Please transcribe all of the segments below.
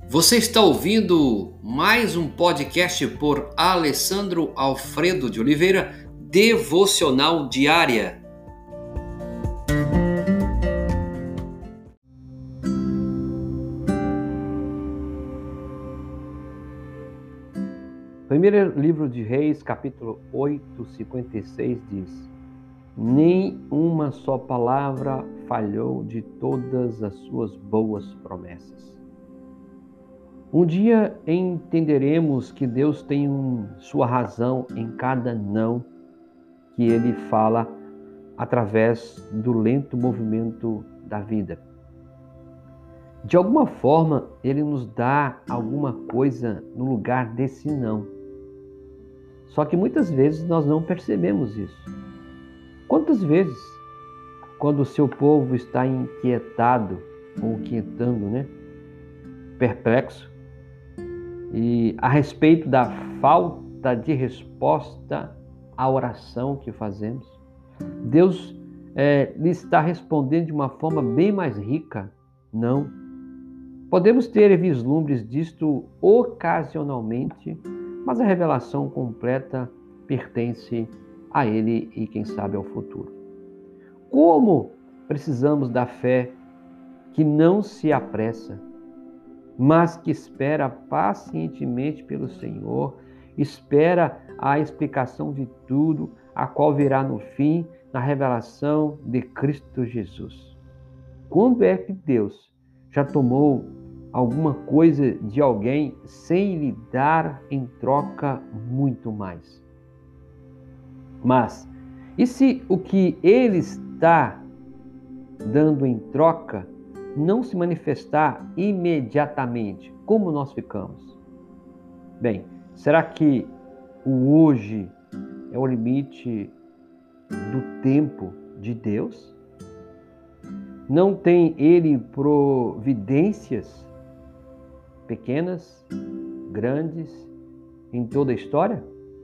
Você está ouvindo mais um podcast por Alessandro Alfredo de Oliveira, Devocional Diária. Primeiro livro de Reis, capítulo 8, 56 diz: nem uma só palavra falhou de todas as suas boas promessas. Um dia entenderemos que Deus tem sua razão em cada não que Ele fala através do lento movimento da vida. De alguma forma, Ele nos dá alguma coisa no lugar desse não. Só que muitas vezes nós não percebemos isso. Quantas vezes, quando o seu povo está inquietado, ou inquietando, perplexo, e a respeito da falta de resposta à oração que fazemos, Deus lhe está respondendo de uma forma bem mais rica? Não. Podemos ter vislumbres disto ocasionalmente, mas a revelação completa pertence a Ele e, quem sabe, ao futuro. Como precisamos da fé que não se apressa, mas que espera pacientemente pelo Senhor, espera a explicação de tudo, a qual virá no fim, na revelação de Cristo Jesus. Quando é que Deus já tomou alguma coisa de alguém sem lhe dar em troca muito mais? Mas, e se o que Ele está dando em troca não se manifestar imediatamente? Como nós ficamos? Bem, será que o hoje é o limite do tempo de Deus? Não tem Ele providências pequenas, grandes, em toda a história?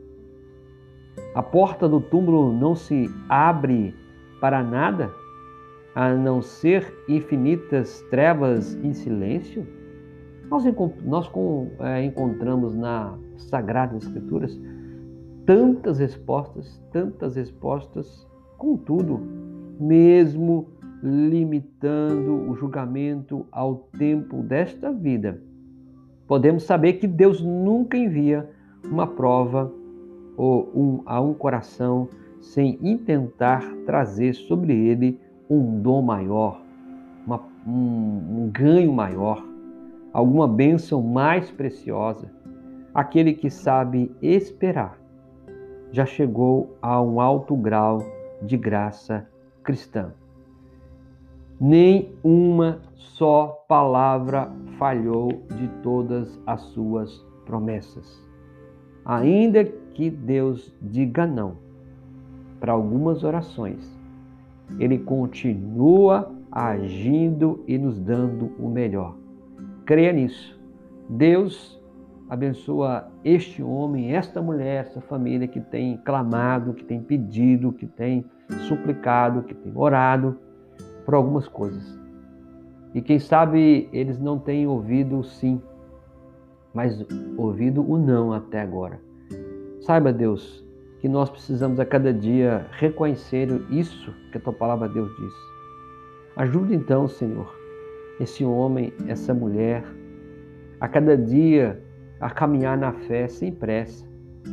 A porta do túmulo não se abre para nada, a não ser infinitas trevas e silêncio? Nós encontramos nas Sagradas Escrituras tantas respostas, contudo, mesmo limitando o julgamento ao tempo desta vida, podemos saber que Deus nunca envia uma prova a um coração sem intentar trazer sobre ele um dom maior, um ganho maior, alguma bênção mais preciosa. Aquele que sabe esperar já chegou a um alto grau de graça cristã. Nem uma só palavra falhou de todas as suas promessas. Ainda que Deus diga não para algumas orações, Ele continua agindo e nos dando o melhor. Creia nisso. Deus abençoa este homem, esta mulher, esta família que tem clamado, que tem pedido, que tem suplicado, que tem orado por algumas coisas. E quem sabe eles não têm ouvido o sim, mas ouvido o não até agora. Saiba, Deus, que nós precisamos a cada dia reconhecer isso que a Tua palavra, Deus, diz. Ajude então, Senhor, esse homem, essa mulher, a cada dia a caminhar na fé sem pressa,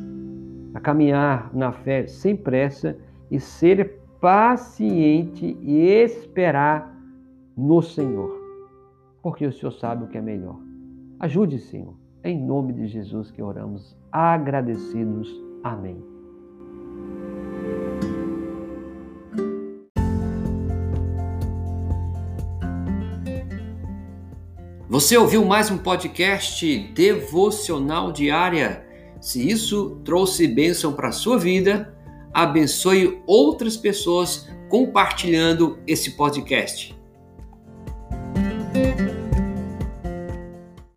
e ser paciente e esperar no Senhor, porque o Senhor sabe o que é melhor. Ajude, Senhor, em nome de Jesus que oramos, agradecidos. Amém. Você ouviu mais um podcast Devocional Diária? Se isso trouxe bênção para a sua vida, abençoe outras pessoas compartilhando esse podcast.